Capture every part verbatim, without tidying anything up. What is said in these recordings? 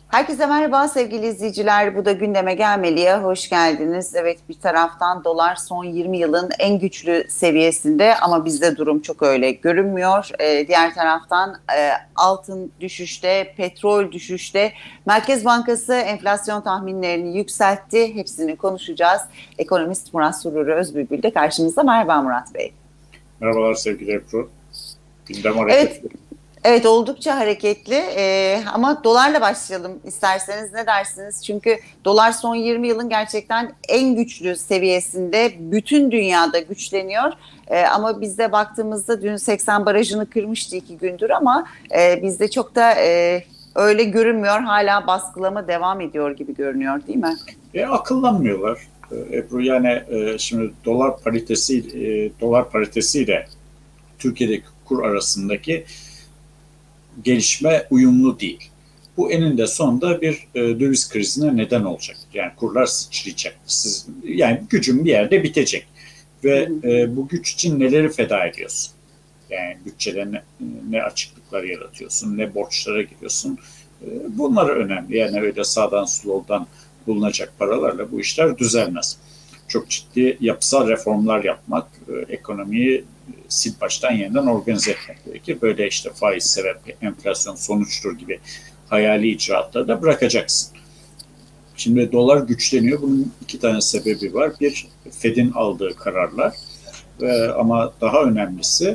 Herkese merhaba sevgili izleyiciler. Bu da gündeme gelmeliye hoş geldiniz. Evet, bir taraftan dolar son yirmi yılın en güçlü seviyesinde ama bizde durum çok öyle görünmüyor. Ee, diğer taraftan e, altın düşüşte, petrol düşüşte. Merkez Bankası enflasyon tahminlerini yükseltti. Hepsini konuşacağız. Ekonomist Murat Sururi Özbülbül de karşımızda. Merhaba Murat Bey. Merhabalar sevgili Ebru. Gündem Evet, hareketli. Evet, oldukça hareketli. Ee, ama dolarla başlayalım isterseniz, ne dersiniz? Çünkü dolar son yirmi yılın gerçekten en güçlü seviyesinde, bütün dünyada güçleniyor. Ee, ama bizde baktığımızda dün seksen barajını kırmıştı iki gündür ama e, bizde çok da e, öyle görünmüyor. Hala baskılama devam ediyor gibi görünüyor, değil mi? E, akıllanmıyorlar. E, Ebru yani e, şimdi dolar paritesi e, dolar paritesiyle Türkiye'deki kur arasındaki gelişme uyumlu değil. Bu eninde sonunda bir e, döviz krizine neden olacak. Yani kurlar sıçrayacak. Siz, yani gücün bir yerde bitecek. Hı Ve hı. e, bu güç için neleri feda ediyorsun? Yani bütçede ne, ne açıklıklar yaratıyorsun, ne borçlara giriyorsun. E, bunlar önemli. Yani öyle sağdan soldan bulunacak paralarla bu işler düzelmez. Çok ciddi yapısal reformlar yapmak, e, ekonomiyi sil baştan yeniden organize etmek gerekir. Böyle işte faiz sebep, enflasyon sonuçtur gibi hayali icraatları da bırakacaksın. Şimdi dolar güçleniyor. Bunun iki tane sebebi var. Bir, Fed'in aldığı kararlar. Ee, ama daha önemlisi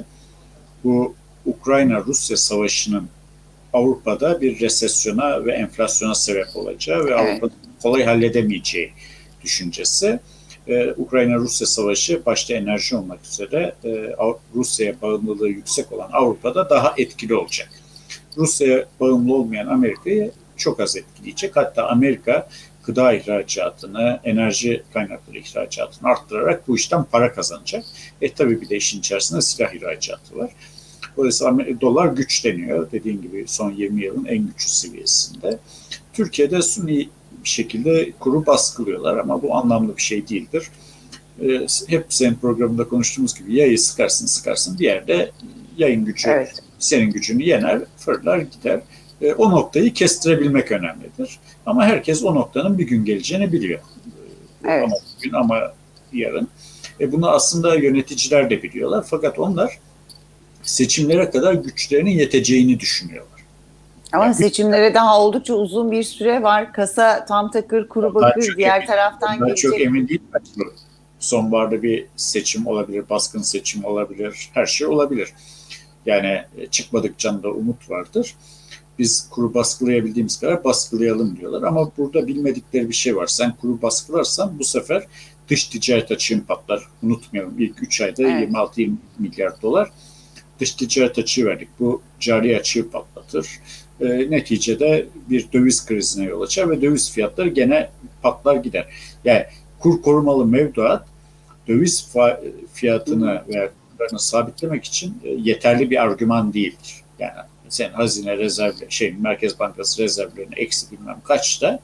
bu Ukrayna-Rusya savaşının Avrupa'da bir resesyona ve enflasyona sebep olacağı ve Evet. Avrupa'da kolay halledemeyeceği düşüncesi. Ee, Ukrayna-Rusya savaşı başta enerji olmak üzere e, Rusya'ya bağımlılığı yüksek olan Avrupa'da daha etkili olacak. Rusya'ya bağımlı olmayan Amerika'yı çok az etkileyecek. Hatta Amerika gıda ihracatını, enerji kaynakları ihracatını arttırarak bu işten para kazanacak. E tabii bir de işin içerisinde silah ihracatı var. Dolayısıyla dolar güçleniyor. Dediğim gibi son yirmi yılın en güçlü seviyesinde. Türkiye'de suni bir şekilde kuru baskılıyorlar ama bu anlamlı bir şey değildir. E, hep senin programında konuştuğumuz gibi yayı sıkarsın sıkarsın bir yerde yayın gücü Evet. senin gücünü yener, fırlar gider. E, o noktayı kestirebilmek önemlidir. Ama herkes o noktanın bir gün geleceğini biliyor. E, ama Evet. bugün ama yarın. E, bunu aslında yöneticiler de biliyorlar. Fakat onlar seçimlere kadar güçlerinin yeteceğini düşünüyorlar. Ama Yani seçimlere daha oldukça uzun bir süre var. Kasa tam takır kuru ondan bakır. çok Diğer emin, taraftan ondan çok gelecek. emin değilim. Sonbaharda bir seçim olabilir, baskın seçim olabilir, her şey olabilir. Yani e, çıkmadıkça da umut vardır. Biz kuru baskılayabildiğimiz kadar baskılayalım diyorlar. Ama burada bilmedikleri bir şey var. Sen kuru baskılarsan bu sefer dış ticaret açığın patlar. Unutmayalım ilk üç ayda Evet. yirmi altı yirmi milyar dolar dış ticaret açığı verdik. Bu cari açığı patlatır. E, neticede bir döviz krizine yol açar ve döviz fiyatları gene patlar gider. Yani kur korumalı mevduat döviz Hı hı. fiyatını veya kurlarını sabitlemek için e, yeterli bir argüman değildir. Yani sen hazine rezervleri, şey Merkez Bankası rezervlerini eksi bilmem kaçta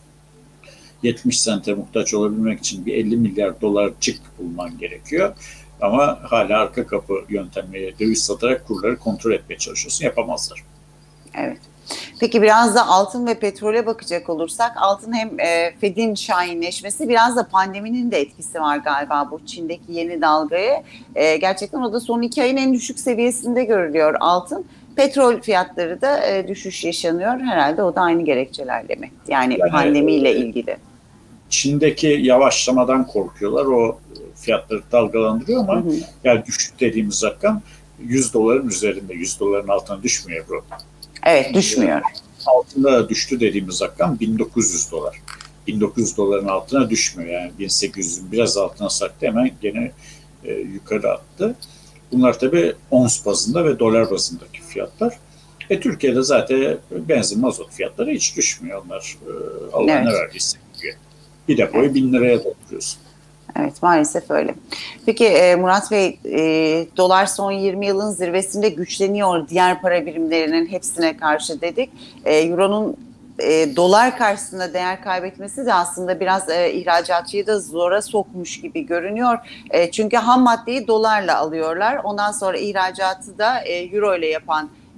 yetmiş sente muhtaç olabilmek için bir elli milyar dolarcık bulman gerekiyor. Ama hala arka kapı yöntemiyle döviz satarak kurları kontrol etmeye çalışıyorsun. Yapamazlar. Evet. Peki biraz da altın ve petrole bakacak olursak, altın hem e, Fed'in şahinleşmesi, biraz da pandeminin de etkisi var galiba bu Çin'deki yeni dalgaya. E, gerçekten o da son iki ayın en düşük seviyesinde görülüyor altın. Petrol fiyatları da e, düşüş yaşanıyor. Herhalde o da aynı gerekçelerle mi? Yani Yani pandemiyle e, ilgili. Çin'deki yavaşlamadan korkuyorlar. O fiyatları dalgalandırıyor Hı ama hı. yani düşük dediğimiz rakam yüz doların üzerinde. yüz doların altına düşmüyor bro. Evet, düşmüyor. Altında düştü dediğimiz rakam bin dokuz yüz dolar. bin dokuz yüz doların altına düşmüyor. Yani bin sekiz yüzün biraz altına sarktı hemen gene e, yukarı attı. Bunlar tabii ons bazında ve dolar bazındaki fiyatlar. E, Türkiye'de zaten benzin mazot fiyatları hiç düşmüyor. Onlar e, Allah ne Evet, verdiyse gidiyor. Bir depoyu evet. bin liraya dolduruyorsun. Evet, maalesef öyle. Peki e, Murat Bey, e, dolar son yirmi yılın zirvesinde güçleniyor diğer para birimlerinin hepsine karşı dedik. E, Euro'nun e, dolar karşısında değer kaybetmesi de aslında biraz e, ihracatçıyı da zora sokmuş gibi görünüyor. E, çünkü ham maddeyi dolarla alıyorlar. Ondan sonra ihracatı da e, Euro ile yapan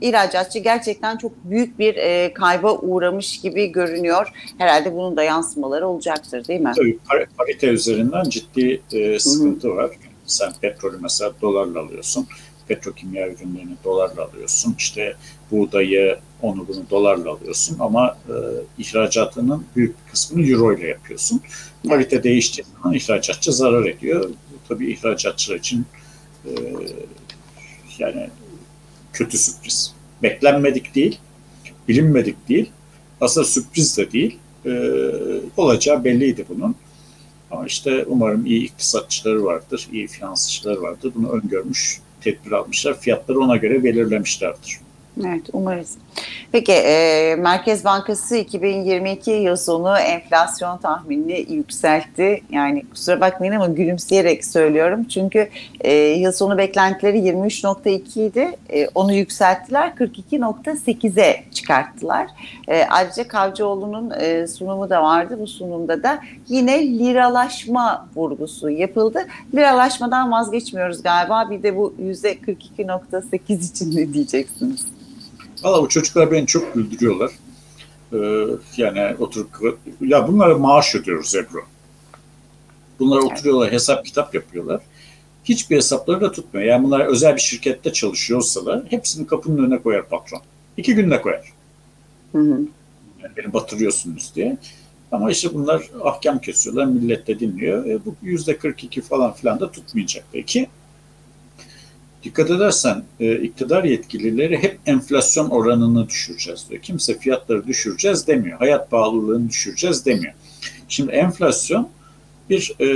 ihracatçı gerçekten çok büyük bir e, kayba uğramış gibi görünüyor. Herhalde bunun da yansımaları olacaktır, değil mi? Tabii parite üzerinden ciddi e, Hı hı. sıkıntı var. Sen petrolü mesela dolarla alıyorsun. Petrokimya ürünlerini dolarla alıyorsun. İşte buğdayı, onu bunu dolarla alıyorsun ama e, ihracatının büyük bir kısmını euro ile yapıyorsun. Parite evet. değiştiği zaman ihracatçı zarar ediyor. Bu tabii ihracatçılar için e, yani kötü sürpriz. Beklenmedik değil, bilinmedik değil, aslında sürpriz de değil. E, olacağı belliydi bunun. Ama işte umarım iyi iktisatçıları vardır, iyi finansçıları vardır. Bunu öngörmüş, tedbir almışlar. Fiyatları ona göre belirlemişlerdir. Evet, umarız. Peki, e, Merkez Bankası iki bin yirmi iki yıl sonu enflasyon tahminini yükseltti. Yani kusura bakmayın ama gülümseyerek söylüyorum. Çünkü e, yıl sonu beklentileri yirmi üç nokta iki idi. E, onu yükselttiler, kırk iki nokta sekize çıkarttılar. E, ayrıca Kavcıoğlu'nun e, sunumu da vardı. Bu sunumda da yine liralaşma vurgusu yapıldı. Liralaşmadan vazgeçmiyoruz galiba. Bir de bu yüzde kırk iki nokta sekiz için ne diyeceksiniz? Valla bu çocuklar beni çok güldürüyorlar. Ee, yani oturup, ya bunlara maaş ödüyoruz Ebru. Bunlar evet. oturuyorlar, hesap kitap yapıyorlar. Hiçbir hesapları da tutmuyor. Yani bunlar özel bir şirkette çalışıyorsalar hepsini kapının önüne koyar patron. İki günde koyar. Hı hı. Yani beni batırıyorsunuz diye. Ama işte bunlar ahkam kesiyorlar, millet de dinliyor. E, bu yüzde kırk iki falan filan da tutmayacak belki. Dikkat edersen e, iktidar yetkilileri hep enflasyon oranını düşüreceğiz diyor. Kimse fiyatları düşüreceğiz demiyor. Hayat pahalılığını düşüreceğiz demiyor. Şimdi enflasyon bir e,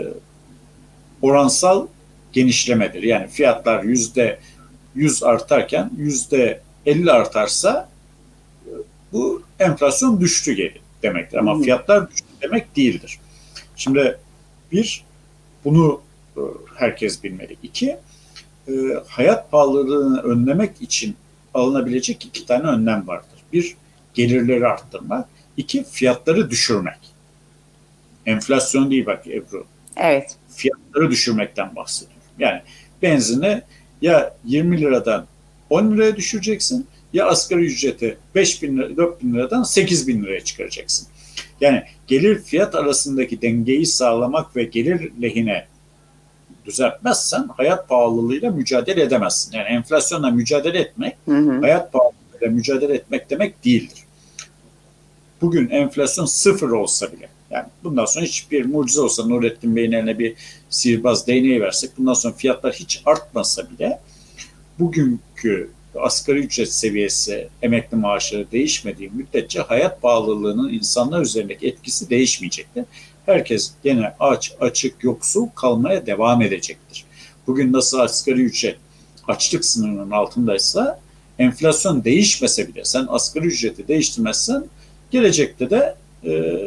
oransal genişlemedir. Yani fiyatlar yüzde yüz artarken yüzde elli artarsa e, bu enflasyon düştü geri demektir. Ama fiyatlar düştü demek değildir. Şimdi bir, bunu e, herkes bilmeli. İki, E, hayat pahalılığını önlemek için alınabilecek iki tane önlem vardır. Bir, gelirleri arttırmak. İki, fiyatları düşürmek. Enflasyon değil bak Ebru. Evet. Fiyatları düşürmekten bahsediyorum. Yani benzini ya yirmi liradan on liraya düşüreceksin ya asgari ücreti beş bin lira, dört bin liradan sekiz bin liraya çıkaracaksın. Yani gelir fiyat arasındaki dengeyi sağlamak ve gelir lehine düzeltmezsen hayat pahalılığıyla mücadele edemezsin. Yani enflasyonla mücadele etmek, hı hı. hayat pahalılığıyla mücadele etmek demek değildir. Bugün enflasyon sıfır olsa bile, yani bundan sonra hiçbir mucize olsa, Nurettin Bey'in eline bir sihirbaz değneği versek, bundan sonra fiyatlar hiç artmasa bile, bugünkü asgari ücret seviyesi, emekli maaşları değişmediği müddetçe hayat pahalılığının insanlar üzerindeki etkisi değişmeyecektir. Herkes gene aç, açık, yoksul kalmaya devam edecektir. Bugün nasıl asgari ücret açlık sınırının altındaysa, enflasyon değişmese bile, sen asgari ücreti değiştirmezsen, gelecekte de e,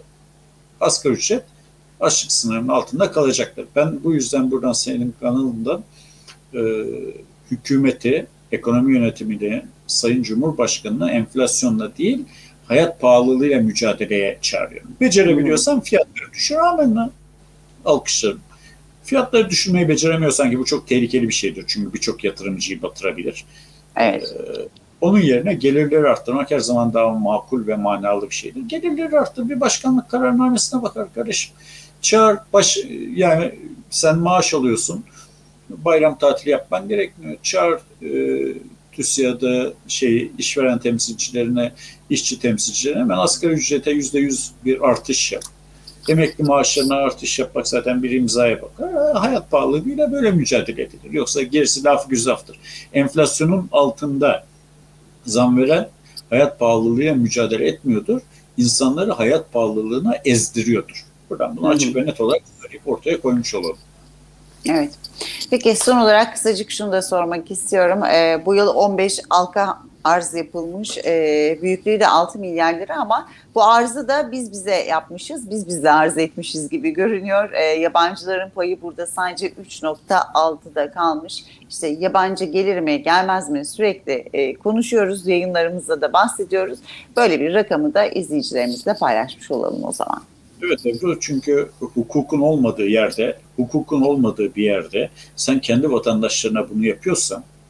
asgari ücret açlık sınırının altında kalacaktır. Ben bu yüzden buradan senin kanalından e, hükümeti, ekonomi yönetimini, Sayın Cumhurbaşkanı'nı enflasyonla değil, hayat pahalılığıyla mücadeleye çağırıyorum. Becerebiliyorsan fiyatları düşür, amenna. Alkışlarım. Fiyatları düşürmeyi beceremiyorsan, ki bu çok tehlikeli bir şeydir. Çünkü birçok yatırımcıyı batırabilir. Evet. Ee, onun yerine gelirleri arttırmak her zaman daha makul ve manalı bir şeydir. Gelirleri arttır, bir başkanlık kararnamesine bak arkadaşım. Çağır, baş, yani sen maaş alıyorsun, bayram tatili yapman gerekmiyor. Çağır e, TÜSİAD'ı, şey, işveren temsilcilerine, işçi temsilcilerine hemen asgari ücrete yüzde yüz bir artış yap. Emekli maaşlarına artış yapmak zaten bir imzaya bakar. Hayat pahalılığıyla böyle mücadele edilir. Yoksa gerisi laf güzaftır. Enflasyonun altında zam veren hayat pahalılığıyla mücadele etmiyordur. İnsanları hayat pahalılığına ezdiriyordur. Buradan bunu açık ve net olarak söyleyip ortaya koymuş olalım. Evet. Peki son olarak kısacık şunu da sormak istiyorum. Ee, bu yıl on beş halka arz yapılmış. Ee, büyüklüğü de altı milyar lira ama bu arzı da biz bize yapmışız. Biz bize arz etmişiz gibi görünüyor. Ee, yabancıların payı burada sadece üç nokta altıda kalmış. İşte yabancı gelir mi gelmez mi sürekli e, konuşuyoruz. Yayınlarımızda da bahsediyoruz. Böyle bir rakamı da izleyicilerimizle paylaşmış olalım o zaman. Evet Ebru, çünkü hukukun olmadığı yerde, hukukun olmadığı bir yerde sen kendi vatandaşlarına bunu yapıyorsan,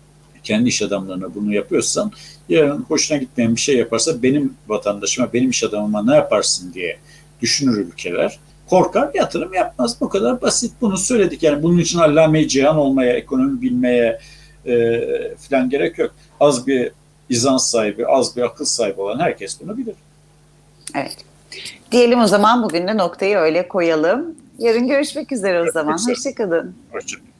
kendi iş adamlarına bunu yapıyorsan, yarın hoşuna gitmeyen bir şey yaparsa benim vatandaşıma, benim iş adamıma ne yaparsın diye düşünür ülkeler. Korkar, yatırım yapmaz. Bu kadar basit. Bunu söyledik. Yani bunun için allame-i cihan olmaya, ekonomi bilmeye e, falan gerek yok. Az bir izan sahibi, az bir akıl sahibi olan herkes bunu bilir. Evet. Diyelim o zaman bugün de noktayı öyle koyalım. Yarın görüşmek üzere o zaman. Hoşçakalın. Hoşçakalın. Hoşçakalın.